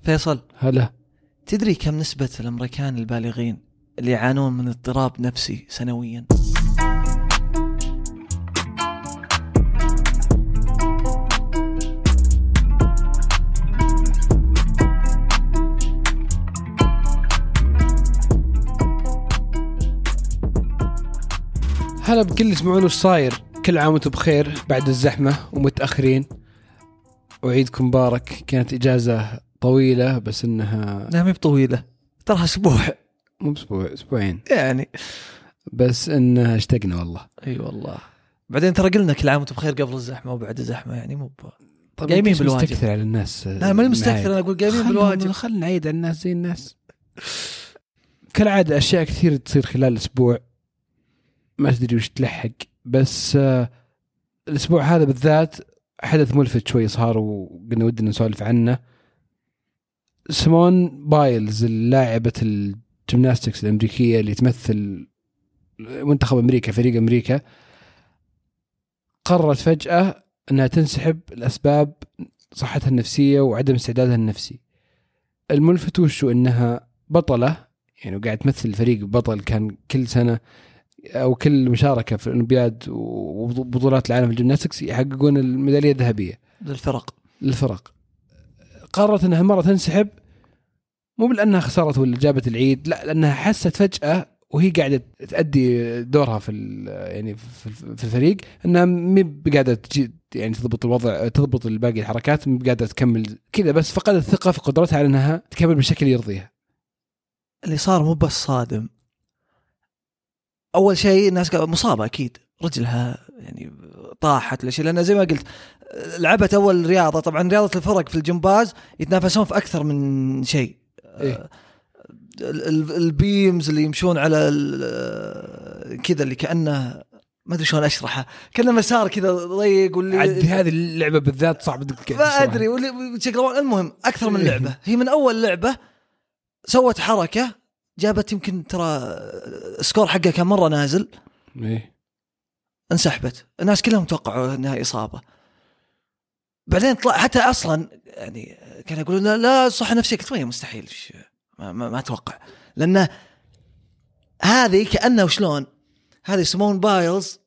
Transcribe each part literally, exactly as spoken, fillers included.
فيصل هلا، تدري كم نسبة الأمريكان البالغين اللي يعانون من اضطراب نفسي سنويا؟ هلا بكل اللي يسمعون وش صاير. كل عام وانتم بخير بعد الزحمة ومتأخرين، وعيدكم مبارك. كانت إجازة طويلة بس إنها لا مي بطويلة، ترى أسبوع مو أسبوع أسبوعين يعني، بس إنها اشتقنا والله. أي أيوة والله. بعدين ترى قلنا كل عام وانتم بخير قبل الزحمة وبعد الزحمة، يعني مو طيب قايمين بالواجب. مستكثر على الناس. لا ما مستكثر، أنا أقول قايمين بالواجب. خلنا نعيد على الناس زي الناس. كالعادة أشياء كثير تصير خلال الأسبوع ما تدري وش تلحق، بس آه الأسبوع هذا بالذات حدث ملفت شوي صار وقلنا ودنا نسولف عنه. سيمون بايلز اللاعبة الجيمناستكس الأمريكية اللي تمثل منتخب أمريكا، فريق أمريكا، قررت فجأة أنها تنسحب لأسباب صحتها النفسية وعدم استعدادها النفسي. الملفت وشو أنها بطلة يعني، وقاعد تمثل الفريق بطل، كان كل سنة أو كل مشاركة في الأولمبياد وبطولات العالم في الجيمناستكس يحققون الميدالية الذهبية للفرق للفرق قررت أنها مرة تنسحب، مو لأنها خسارة ولا جابت العيد، لا، لأنها حست فجأة وهي قاعدة تأدي دورها في يعني في الفريق أنها مي قاعدة تجي يعني تضبط الوضع، تضبط الباقي الحركات، مي قاعدة تكمل كذا، بس فقدت الثقة في قدرتها على أنها تكمل بشكل يرضيها. اللي صار مو بس صادم، أول شيء الناس مصابة أكيد، رجلها يعني طاحت ولا شيء، لأن زي ما قلت لعبت أول رياضة. طبعا رياضة الفرق في الجمباز يتنافسون في أكثر من شيء. إيه؟ البيمز اللي يمشون على كذا اللي كأنه ما أدري شلون أشرحها، كأنه مسار كذا ضيق، واللي هذه اللعبة بالذات صعب ما أدري، واللي شكله المهم أكثر من لعبة. هي من أول لعبة سوت حركة جابت يمكن ترى سكور حقها كان مرة نازل، إيه؟ انسحبت. الناس كلهم توقعوا انها اصابه، بعدين طلع حتى اصلا يعني كانوا يقولون لا, لا صحه نفسيه، قلت وين مستحيل، ما, ما, ما اتوقع، لان هذه كانه وشلون هذه سيمون بايلز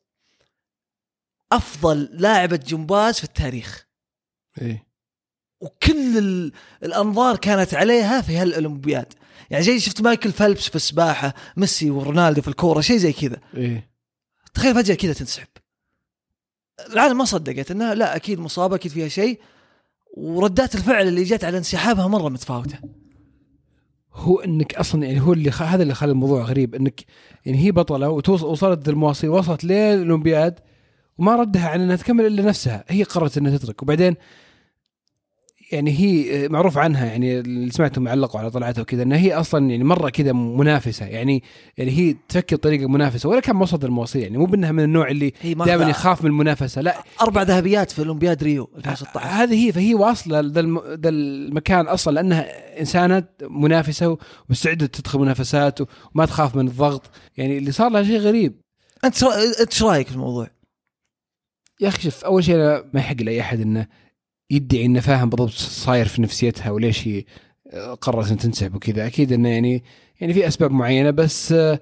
افضل لاعبه جمباز في التاريخ. إيه؟ وكل الانظار كانت عليها في هالاولمبياد، يعني زي شفت مايكل فيلبس في السباحه، ميسي ورونالدو في الكوره، شيء زي كذا. إيه؟ تخيل فجأة كذا تنسحب. العالم ما صدقت انها لا اكيد مصابة، اكيد فيها شيء، وردات الفعل اللي جت على انسحابها مرة متفاوتة. هو انك اصلا يعني هو اللي خ... هذا اللي خلى الموضوع غريب، انك يعني هي بطلة وتوصل وصلت للمواصيل، وصلت للأولمبياد وما ردها عن انها تكمل الا نفسها، هي قررت انها تترك. وبعدين يعني هي معروف عنها يعني اللي سمعته معلقوا على طلعتها وكذا، انها هي اصلا يعني مره كذا منافسه، يعني يعني هي تفكر طريقه منافسه، ولا كان وصلت المواصيل، يعني مو بانها من النوع اللي دائما يخاف من المنافسه، لا، اربع ذهبيات في اولمبياد ريو ألفين وستة عشر. هذه هي، فهي واصله ذا المكان اصلا لانها انسانه منافسه ومستعده تدخل منافسات وما تخاف من الضغط. يعني اللي صار لها شيء غريب. انت ايش رايك في الموضوع يا اخي؟ شوف، اول شيء لا ما يحق لاي احد انه يدعي انه فاهم بالضبط صاير في نفسيتها وليش هي قررت ان تنسحب وكذا. اكيد انه يعني يعني في اسباب معينه، بس يا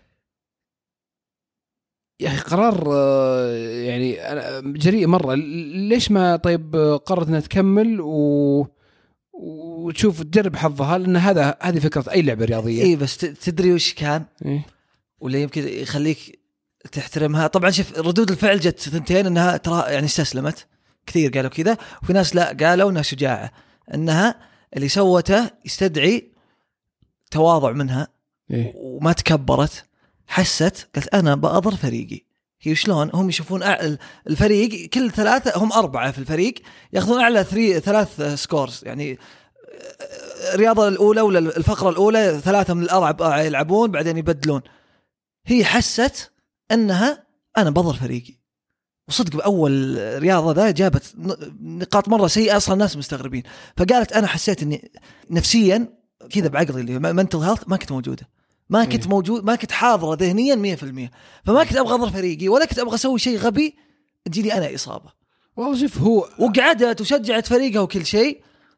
اخي قرار يعني جريء مره. ليش ما طيب قررت انها تكمل و وتشوف تجرب حظها، لان هذا هذه فكره اي لعبه رياضيه. اي بس تدري وش كان إيه؟ ولا يمكن يخليك تحترمها. طبعا شوف ردود الفعل جت ثنتين، انها ترى يعني استسلمت، كثير قالوا كذا، وفي ناس لا قالوا انها شجاعة، انها اللي سوته يستدعي تواضع منها. إيه؟ وما تكبرت، حست قالت انا بأضر فريقي. هي شلون هم يشوفون الفريق كل ثلاثة، هم أربعة في الفريق ياخذون أعلى ثري ثلاث سكورز، يعني الرياضة الأولى ولا الفقرة الأولى ثلاثة من الأربعة يلعبون بعدين يبدلون. هي حست أنها أنا بضر فريقي، وصدق بأول رياضة ذا جابت نقاط مرة سيئة، أصلا الناس مستغربين. فقالت أنا حسيت أني نفسيا كذا بعقلي اللي منتل هيلث ما كنت موجودة، ما كنت موجود، ما كنت حاضرة ذهنيا مية في المية. فما كنت أبغى أضر فريقي ولا كنت أبغى أسوي شيء غبي تجيني أنا إصابة. والله شوف، هو وقعدت وشجعت فريقها وكل شيء،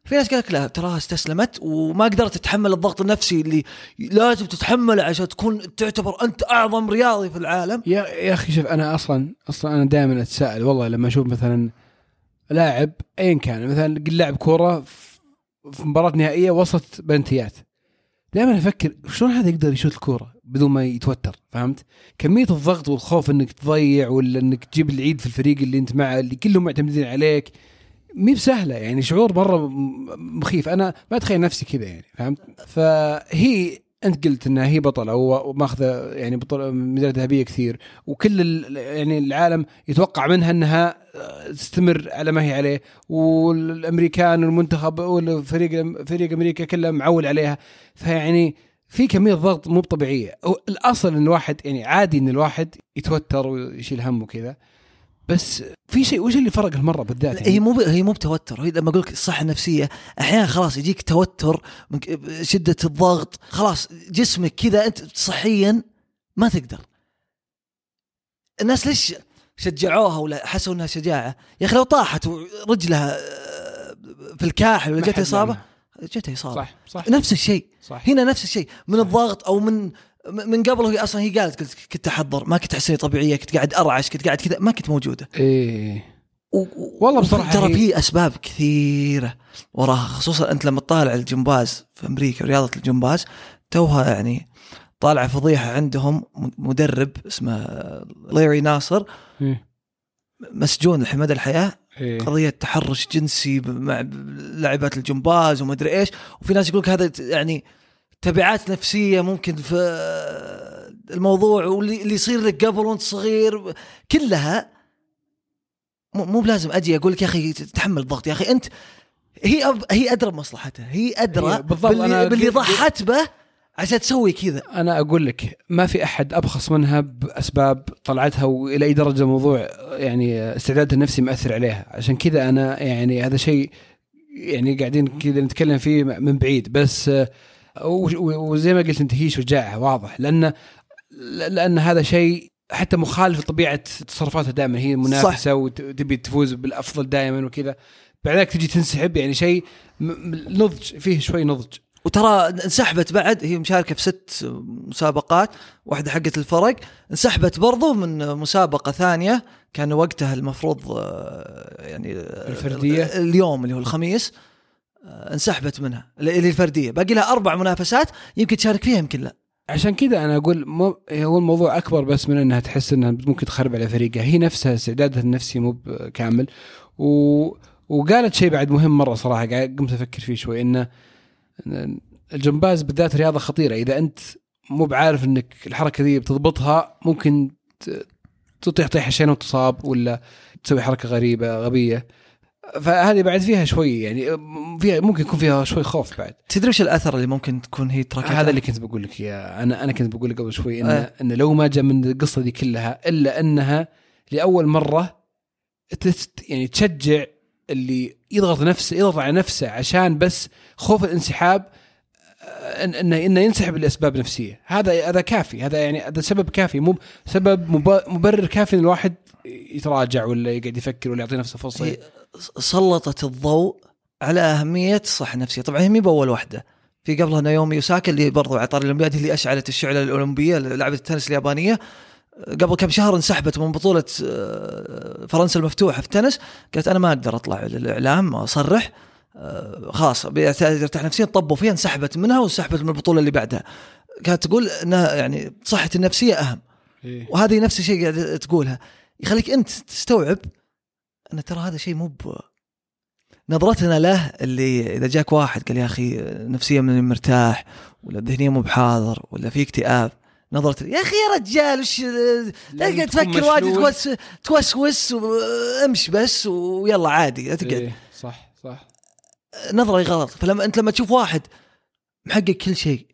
في ناس قالك لا تراها استسلمت وما قدرت تتحمل الضغط النفسي اللي لازم تتحمله عشان تكون تعتبر أنت أعظم رياضي في العالم. يا يا أخي شوف أنا أصلا أصلا أنا دائما أتساءل والله لما أشوف مثلا لاعب أين كان مثلا قل لاعب كورة في مباراة نهائية وصلت بنتيات، دائما أفكر شلون هذا يقدر يشوت الكورة بدون ما يتوتر. فهمت كمية الضغط والخوف إنك تضيع ولا إنك تجيب العيد في الفريق اللي أنت معه اللي كلهم معتمدين عليك، مي بسهلة يعني، شعور مرة مخيف. أنا ما أتخيل نفسي كذا يعني. فهمت؟ فهي أنت قلت إنها هي بطلة وماخذة يعني بطلة ميدالية ذهبية كثير، وكل يعني العالم يتوقع منها إنها تستمر على ما هي عليه، والأمريكان والمنتخب والفريق فريق أمريكا كله معول عليها. فيعني في كمية ضغط مو طبيعية. الأصل إن الواحد يعني عادي إن الواحد يتوتر ويشيل هم وكذا، بس في شيء وش اللي فرق المرة بالذات يعني؟ هي مو هي مو بتوتر، هي لما أقولك الصحة النفسية أحيانا خلاص يجيك توتر من شدة الضغط، خلاص جسمك كذا أنت صحيا ما تقدر. الناس ليش شجعوها ولا حسوا أنها شجاعة؟ يا أخي لو طاحت ورجلها في الكاحل ولا جتها إصابة جتها إصابة صح صح نفس الشيء صح. هنا نفس الشيء من صح. الضغط أو من من قبل. هي أصلا هي قالت قلت كنت أحضر ما كنت أحسني طبيعية، كنت قاعد أرعش، كنت قاعد كذا ما كنت موجودة. إيه و... والله بصراحة ترى هي... في أسباب كثيرة وراها، خصوصا أنت لما تطالع الجمباز في أمريكا، رياضة الجمباز توها يعني طالع فضيحة. عندهم مدرب اسمه ليري ناصر إيه. مسجون لحمد الحياة إيه. قضية تحرش جنسي مع لاعبات الجمباز وما أدري إيش. وفي ناس يقولك هذا يعني تبعات نفسية ممكن في الموضوع، واللي يصير لك قبل وانت صغير كلها. مو بلازم أجي أقولك يا أخي تتحمل الضغط، يا أخي أنت هي أب... هي أدرى بمصلحتها، هي أدرى باللي, باللي ضحت به عشان تسوي كذا. أنا أقول لك ما في أحد أبخص منها بأسباب طلعتها، وإلى أي درجة الموضوع يعني استعدادها النفسي مؤثر عليها. عشان كذا أنا يعني هذا شيء يعني قاعدين كذا نتكلم فيه من بعيد، بس وزي ما قلت أنت هي شجاعة واضح، لأن لأن هذا شيء حتى مخالف لطبيعة تصرفاتها. دائما هي منافسة وتبي تفوز بالأفضل دائما وكذا، بعدك تجي تنسحب. يعني شيء نضج فيه، شوي نضج. وترى انسحبت بعد، هي مشاركة في ست مسابقات، واحدة حقة الفرق، انسحبت برضو من مسابقة ثانية كان وقتها المفروض يعني الفردية اليوم اللي هو الخميس، انسحبت منها اللي الفردية. باقي لها أربع منافسات يمكن تشارك فيها يمكن لا. عشان كذا أنا أقول مو هو الموضوع أكبر بس من أنها تحس أنها ممكن تخرب على فريقها، هي نفسها استعدادها النفسي مو كامل. و... وقالت شيء بعد مهم مرة صراحة قمت أفكر فيه شوي، إنه الجمباز بالذات رياضة خطيرة. إذا أنت مو بعارف أنك الحركة دي بتضبطها ممكن تطيح طيحة شيء وتصاب، ولا تسوي حركة غريبة غبية. فهذه بعد فيها شوي يعني فيها ممكن يكون فيها شوي خوف بعد. تدري وش الأثر اللي ممكن تكون هي تركتها؟ هذا اللي كنت بقول لك يا أنا أنا كنت بقول لك قبل شوي إن أه. إن لو ما جاء من القصة دي كلها إلا أنها لأول مرة يعني تشجع اللي يضغط نفسه يضغط على نفسه عشان بس خوف الانسحاب، إن إنه إنه ينسحب لأسباب نفسية. هذا هذا كافي، هذا يعني هذا سبب كافي، مو سبب مبرر كافي إن الواحد يتراجع ولا يقعد يفكر ولا يعطي نفسه فرصة. سلطت الضوء على أهمية الصحة النفسية. طبعا هي مي بأول واحدة، في قبلها نايومي أوساكا اللي برضو عطار الأولمبياد اللي أشعلت الشعلة الأولمبية لعبة التنس اليابانية. قبل كم شهر انسحبت من بطولة فرنسا المفتوحة في التنس، قالت أنا ما أقدر أطلع للإعلام أصرح، خلاص بيرتاح نفسيا، طبوا فيها، انسحبت منها وانسحبت من البطولة اللي بعدها. كانت تقول أنها يعني صحة النفسية أهم. إيه؟ وهذه نفس الشيء قاعد تقولها، يخليك أنت تستوعب أن ترى هذا شيء مو ب نظرتنا له. اللي إذا جاك واحد قال يا أخي نفسيا من مرتاح ولا ذهنيا مو بحاضر ولا في اكتئاب، نظرة يا أخي يا رجال وش تقعد تفكر واجد توس توسوس وامش بس ويلا عادي لا تقعد. إيه صح صح، نظرة غلط. فلما أنت لما تشوف واحد محقق كل شيء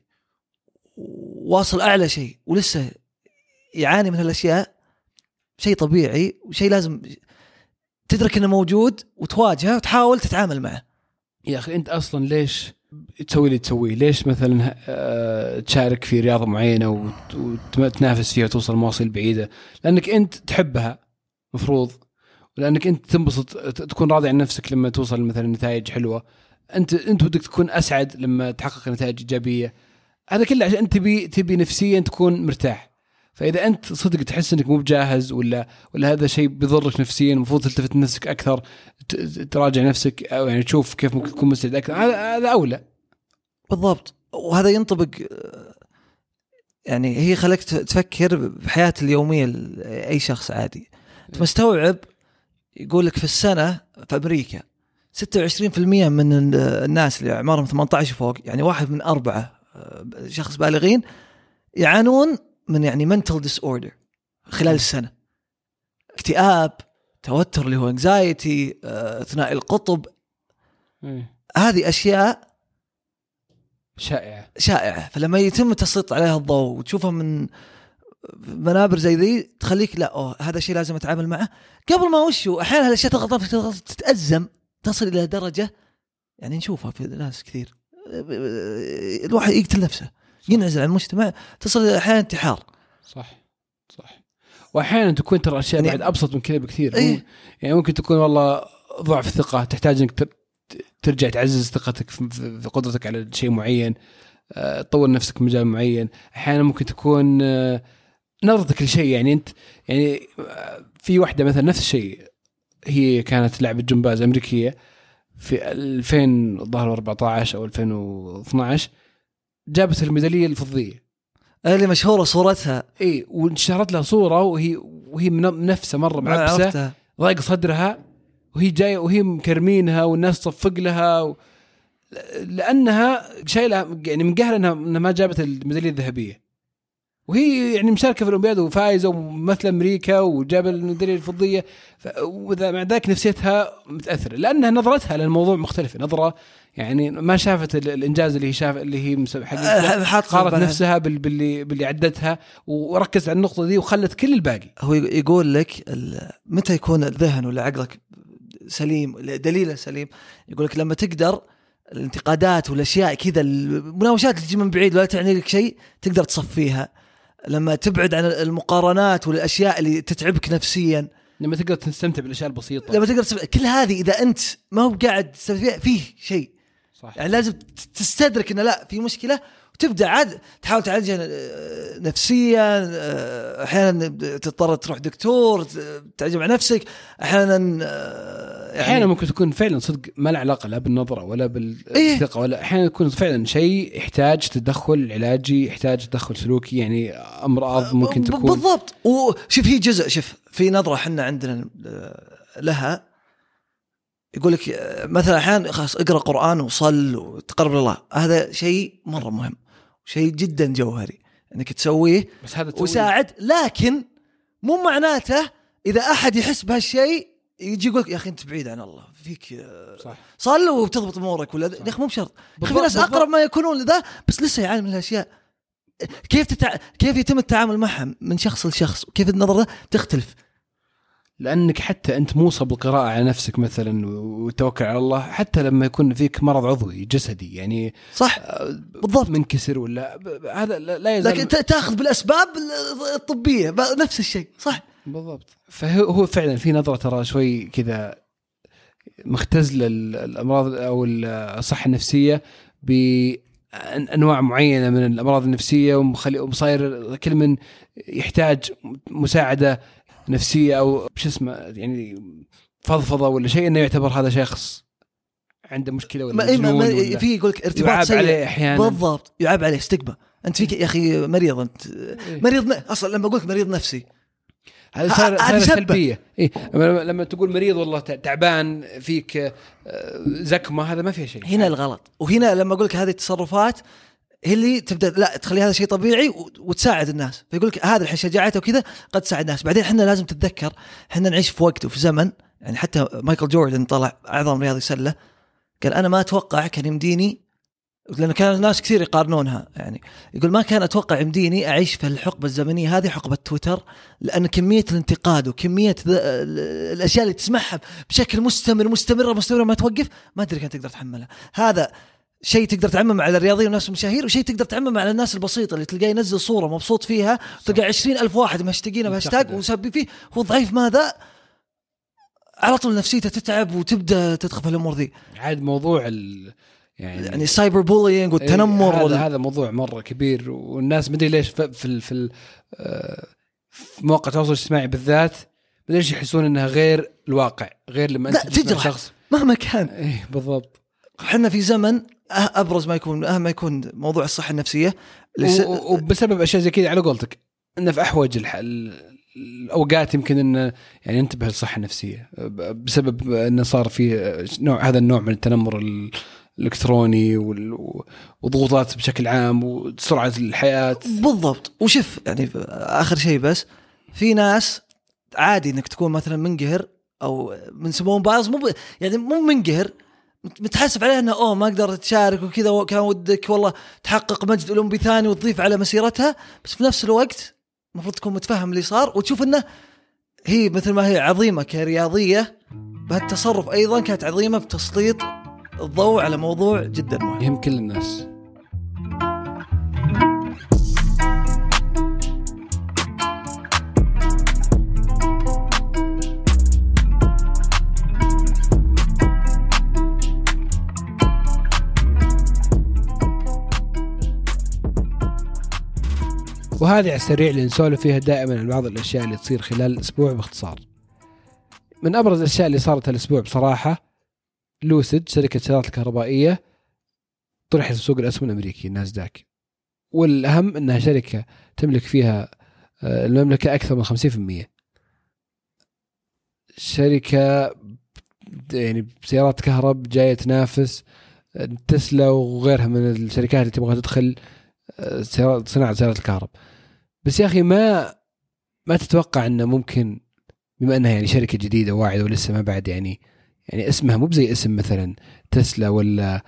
واصل أعلى شيء ولسه يعاني من هالأشياء، شيء طبيعي وشيء لازم تدرك إنه موجود وتواجهه وتحاول تتعامل معه. يا أخي أنت أصلا ليش تسوي اللي تسويه؟ ليش مثلا أه تشارك في رياضة معينة وتنافس فيها وتوصل مواصل بعيدة؟ لأنك أنت تحبها مفروض، ولأنك أنت تنبسط تكون راضي عن نفسك لما توصل مثلا نتائج حلوة. انت انت بدك تكون اسعد لما تحقق نتائج ايجابيه. هذا كله عشان انت تبي تبي نفسيا تكون مرتاح. فاذا انت صدق تحس انك مو بجاهز ولا ولا هذا شيء بيضرك نفسيا، المفروض تلتفت لنفسك اكثر، تراجع نفسك او يعني تشوف كيف ممكن تكون مستعد اكثر. هذا هذا اولى. بالضبط. وهذا ينطبق يعني هي خليك تفكر بحياة اليومية لأي شخص عادي. أنت مستوعب يقول لك في السنة في أمريكا ستة وعشرين بالمئة من الناس اللي أعمارهم ثمانية عشر فوق، يعني واحد من أربعة شخص بالغين يعانون من يعني mental disorder خلال السنة. اكتئاب، توتر اللي هو anxiety، ثنائي القطب. هذه أشياء شائعة شائعة. فلما يتم تسليط عليها الضوء وتشوفها من منابر زي ذي تخليك لا أوه هذا شيء لازم أتعامل معه قبل ما وشه. أحيانا هذا الشيء تغلط تتأزم تصل إلى درجة يعني نشوفها في ناس كثير الواحد يقتل نفسه، ينعزل عن المجتمع، تصل إلى أحيانا انتحار. صح صح. وأحيانا تكون ترى أشياء يعني بعد أبسط من كذا بكثير. إيه؟ يعني ممكن تكون والله ضعف ثقة، تحتاج إنك ترجع تعزز ثقتك في قدرتك على شيء معين، تطور نفسك في مجال معين. أحيانا ممكن تكون نظرتك لشيء، يعني أنت يعني في واحدة مثلا نفس الشيء، هي كانت لعبة جمباز أمريكية في ألفين وأربعة عشر أو ألفين واثني عشر، جابت الميدالية الفضية اللي مشهورة صورتها. إيه، وانشهرت لها صورة وهي وهي منفسة مرة معبسة، ضايق صدرها، وهي جاية وهي مكرمينها والناس تصفق لها و... لأنها شايلة يعني من قهر إنها ما جابت الميدالية الذهبية، وهي يعني مشاركة في الأولمبياد وفائزة ومثل أمريكا وجاب الميدالية الفضية. ف... وإذا مع ذلك نفسيتها متأثرة لأنها نظرتها للموضوع مختلفة، نظرة يعني ما شافت الإنجاز اللي هي شاف اللي هي حقيقة، قارت نفسها بال... باللي باللي عدتها وركزت على النقطة دي وخلت كل الباقي. هو يقول لك متى يكون الذهن ولا عقلك سليم، دليله سليم، يقول لك لما تقدر الانتقادات والاشياء كذا المناوشات اللي تجي من بعيد ولا تعني لك شيء تقدر تصفيها، لما تبعد عن المقارنات والاشياء اللي تتعبك نفسيا، لما تقدر تستمتع بالاشياء البسيطه، لما تقدر تستمتع. كل هذه اذا انت ما هو قاعد تستمتع فيه شيء صح. يعني لازم تستدرك انه لا في مشكله وتبدا عاد تحاول تعالجها نفسيا. احيانا تضطر تروح دكتور تعالج مع نفسك، احيانا يعني احيانا ممكن تكون فعلا صدق ما له علاقه لا بالنظره ولا بالثقه إيه؟ ولا احيانا يكون فعلا شيء يحتاج تدخل علاجي، يحتاج تدخل سلوكي، يعني امراض ممكن تكون بالضبط. وشوف هي جزء، شوف في نظره احنا عندنا لها يقول لك مثلا احيانا خلاص اقرا قرآن وصل وتقرب لله، هذا شيء مره مهم، شيء جدا جوهري انك تسويه بس هذا وساعد. لكن مو معناته اذا احد يحس بهالشيء يجي يقولك يا اخي انت بعيد عن الله فيك صح. صل وبتضبط امورك ولا يا اخي مو بشرط. في ناس اقرب ما يكونون لذا بس لسه يعاني من الاشياء. كيف تتع... كيف يتم التعامل معها من شخص لشخص وكيف النظره تختلف، لأنك حتى أنت موصى بالقراءة على نفسك مثلا والتوكل على الله حتى لما يكون فيك مرض عضوي جسدي يعني صح بالضبط منكسر ولا هذا لا يزال، لكن تأخذ بالأسباب الطبية نفس الشيء صح بالضبط. فهو فعلا في نظرة ترى شوي كذا مختزلة الأمراض أو الصحة النفسية بأنواع معينة من الأمراض النفسية ومصاير كل من يحتاج مساعدة نفسية أو بش اسمه يعني فضفضة ولا شيء، إنه يعتبر هذا شخص عنده مشكلة ولا مجنون ولا في يقولك ارتباط سيء أحيانا. بالضبط يعاب عليه استقبة أنت فيك يا أخي مريض، أنت مريض أصلا لما أقولك مريض نفسي هذا صار صار سلبية. إيه لما تقول مريض والله تعبان فيك زكمة هذا ما فيه شيء، هنا الغلط. وهنا لما أقولك هذه التصرفات هي اللي تبدأ لا تخلي هذا شيء طبيعي وتساعد الناس، فيقولك هذا الحين شجاعته وكذا قد تساعد الناس. بعدين إحنا لازم تتذكر إحنا نعيش في وقت وفي زمن، يعني حتى مايكل جوردن طلع أعظم رياضي سلة قال أنا ما أتوقع كان يمديني، لأنه كان الناس كثير يقارنونها، يعني يقول ما كان أتوقع يمديني أعيش في الحقبة الزمنية هذه حقبة تويتر، لأن كمية الانتقاد وكمية الأشياء اللي تسمعها بشكل مستمر مستمر مستمر ما توقف ما أدري كان تقدر تحملها. هذا شيء تقدر تعمم على الرياضيين والناس المشاهير، وشيء تقدر تعمم على الناس البسيطة اللي تلقاه ينزل صورة مبسوط فيها تلقى عشرين ألف واحد مهاشتاقين بهاشتاق وسبب فيه هو ضعيف. ماذا على طول نفسيته تتعب وتبدا تدخل في الامور ذي. عاد موضوع ال يعني يعني السايبر بولينج والتنمر هذا, وال... هذا موضوع مره كبير، والناس مدري ليش في في في, في مواقع التواصل الاجتماعي بالذات ليش يحسون انها غير الواقع، غير لما انت تجرح شخص مهما كان. ايه بالضبط. احنا في زمن ابرز ما يكون اهم ما يكون موضوع الصحه النفسيه لس... وبسبب اشياء زي كذا على قولتك انه في احوج الحل الاوقات يمكن ان يعني ننتبه للصحه النفسيه بسبب انه صار في نوع هذا النوع من التنمر الالكتروني والضغوطات بشكل عام وسرعه الحياه. بالضبط. وشوف يعني اخر شيء بس في ناس عادي انك تكون مثلا منقهر او من سموم باز، مو يعني مو منقهر متحسب عليه انه اوه ما قدرت تشارك وكذا وكان ودك والله تحقق مجد اولمبي ثاني وتضيف على مسيرتها، بس في نفس الوقت المفروض تكون متفهم اللي صار وتشوف انه هي مثل ما هي عظيمه كرياضيه بهالتصرف ايضا كانت عظيمه بتسليط الضوء على موضوع جدا مهم يهم كل الناس. وهذه على السريع اللي نسولف فيها دائما عن بعض الأشياء اللي تصير خلال الأسبوع باختصار. من أبرز الأشياء اللي صارت الأسبوع بصراحة لوسيد شركة سيارات الكهربائية طرحت في سوق الأسهم الأمريكي الناسداك، والأهم أنها شركة تملك فيها المملكة أكثر من خمسين بالمئة، شركة يعني بسيارات كهرب جاية تنافس تسلا وغيرها من الشركات اللي تبغى تدخل صناعة سيارات الكهرب. بس يا أخي ما ما تتوقع أنه ممكن بما أنها يعني شركة جديدة واعدة ولسه ما بعد يعني يعني اسمها مو بزي اسم مثلا تسلا ولا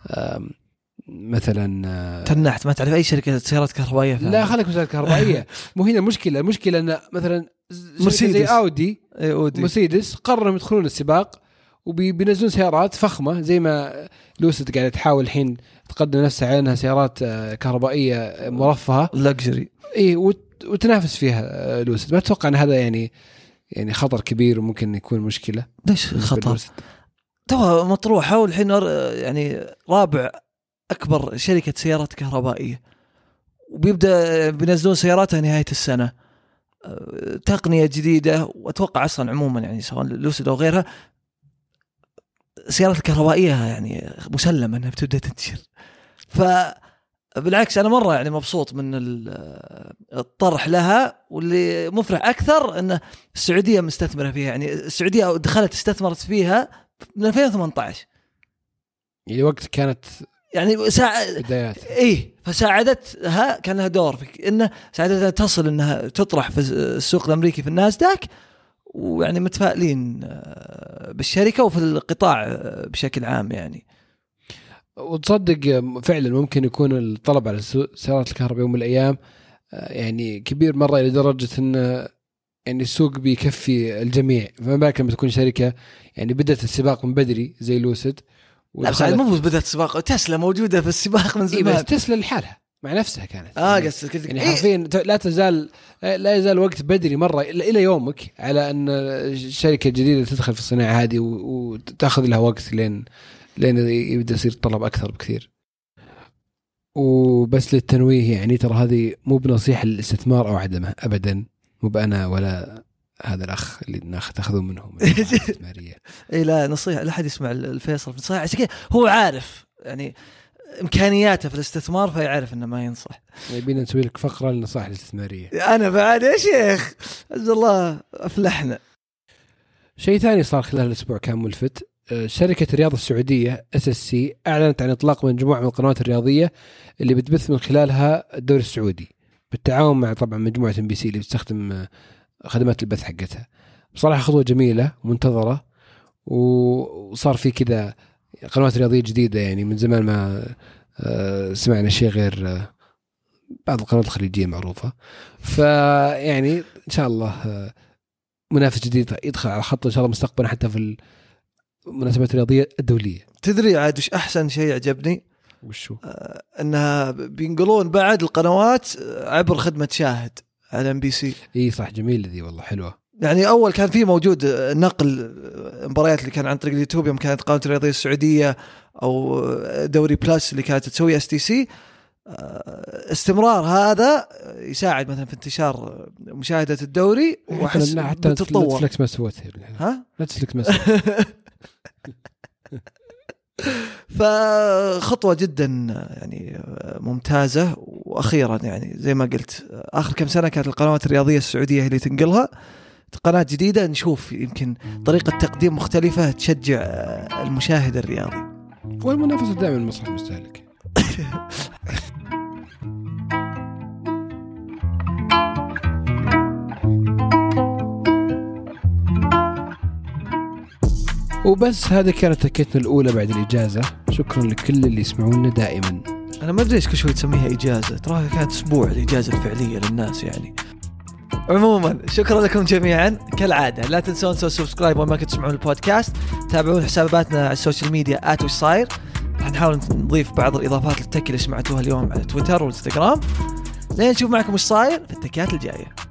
مثلا تنحت ما تعرف أي شركة سيارات كهربائية. لا خليك سيارات كهربائية مو هنا المشكلة. المشكلة أن مثلا زي أودي مرسيدس قرروا يدخلون السباق وبينزلون سيارات فخمة زي ما لوسيد قاعدة تحاول الحين تقدم نفسها على أنها سيارات كهربائية مرفهة لكجري إيه وتنافس فيها لوسيد. ما أتوقع أن هذا يعني يعني خطر كبير وممكن يكون مشكلة. ليش خطر؟ توها مطروحة والحين يعني رابع أكبر شركة سيارات كهربائية وبيبدأ بينزلون سياراتها نهاية السنة، تقنية جديدة. وأتوقع أصلا عموما يعني سواء لوسيد أو غيرها السيارات الكهربائية يعني مسلمة أنها بتبدأ تنتشر. فبالعكس أنا مرة يعني مبسوط من الطرح لها، واللي مفرح أكثر أن السعودية مستثمرة فيها. يعني السعودية دخلت استثمرت فيها من ألفين وثمانية عشر يعني وقت كانت يعني ساعة بدايات إيه فساعدتها كان لها دور في إنه ساعدتها تصل إنها تطرح في السوق الأمريكي في الناسداك، ويعني متفائلين بالشركة وفي القطاع بشكل عام يعني. وتصدق فعلا ممكن يكون الطلب على السيارات الكهربائية يوم من الأيام يعني كبير مرة إلى درجة أن يعني السوق بيكفي الجميع، فما بالك لما تكون شركة يعني بدأت السباق من بدري زي لوسيد. لا بس مو بدأت السباق، تسلا موجودة في السباق من زمان. إيه بس تسلا لحالها مع نفسها كانت اه قصدك يعني حرفيا لا تزال لا يزال وقت بدري مرة إلى يومك على أن الشركة الجديدة تدخل في الصناعة هذه وتأخذ لها وقت لين لين يبدأ يصير طلب أكثر بكثير. وبس للتنويه يعني ترى هذه مو بنصيحة للاستثمار أو عدمه أبدا، مو بأنا ولا هذا الأخ اللي ناخذ تأخذوا منهم الاستثمارية. إيه لا نصيحة لا حد يسمع الفيصل نصيحة عشان كذا هو عارف يعني إمكانياته في الاستثمار فيعرف إنه ما ينصح. يبينا نسوي لك فقرة للنصائح الاستثمارية. أنا بعد يا شيخ عز الله أفلحنا. شيء ثاني صار خلال الأسبوع كان ملفت. شركة الرياضة السعودية إس إس سي أعلنت عن إطلاق مجموعة من القنوات الرياضية اللي بتبث من خلالها الدوري السعودي بالتعاون مع طبعا مجموعة إم بي سي اللي بتستخدم خدمات البث حقتها. بصراحة خطوة جميلة ومنتظرة، وصار في كذا قنوات رياضية جديدة يعني من زمان ما سمعنا شيء غير بعض القنوات الخليجية معروفة. فيعني إن شاء الله منافس جديد يدخل على خط إن شاء الله مستقبلا حتى في المناسبات الرياضية الدولية. تدري عاد وش أحسن شيء عجبني؟ وشو؟ آه أنها بينقلون بعد القنوات عبر خدمة شاهد على إم بي سي. إيه صح جميل ذي والله حلوة. يعني اول كان في موجود نقل مباريات اللي كان عن طريق اليوتيوب يوم كانت قناه الرياضيه السعوديه او دوري بلس اللي كانت تسوي اس تي سي. استمرار هذا يساعد مثلا في انتشار مشاهده الدوري وحتى حتى نتفلكس ما سوتها. ها نتفلكس ما سوتها. فخطوه جدا يعني ممتازه. واخيرا يعني زي ما قلت اخر كم سنه كانت القنوات الرياضيه السعوديه هي اللي تنقلها. قناه جديده نشوف يمكن طريقه تقديم مختلفه تشجع المشاهد الرياضي. والمنافسه دائما مصلحه المستهلك. وبس هذه كانت تكتنا الأولى بعد الإجازة. شكرا لكل اللي يسمعونا دائما. أنا ما أدري إيش كل شوي تسميها إجازة، تراها كانت أسبوع الإجازة الفعلية للناس يعني. عموما شكرا لكم جميعا كالعادة. لا تنسون تسووا سبسكرايب وما كنت تسمعون البودكاست. تابعون حساباتنا على السوشيال ميديا آت وش صاير. راح نحاول نضيف بعض الإضافات للتك اللي سمعتوها اليوم على تويتر والإنستغرام. لين نشوف معكم وش صاير في التكيات الجاية.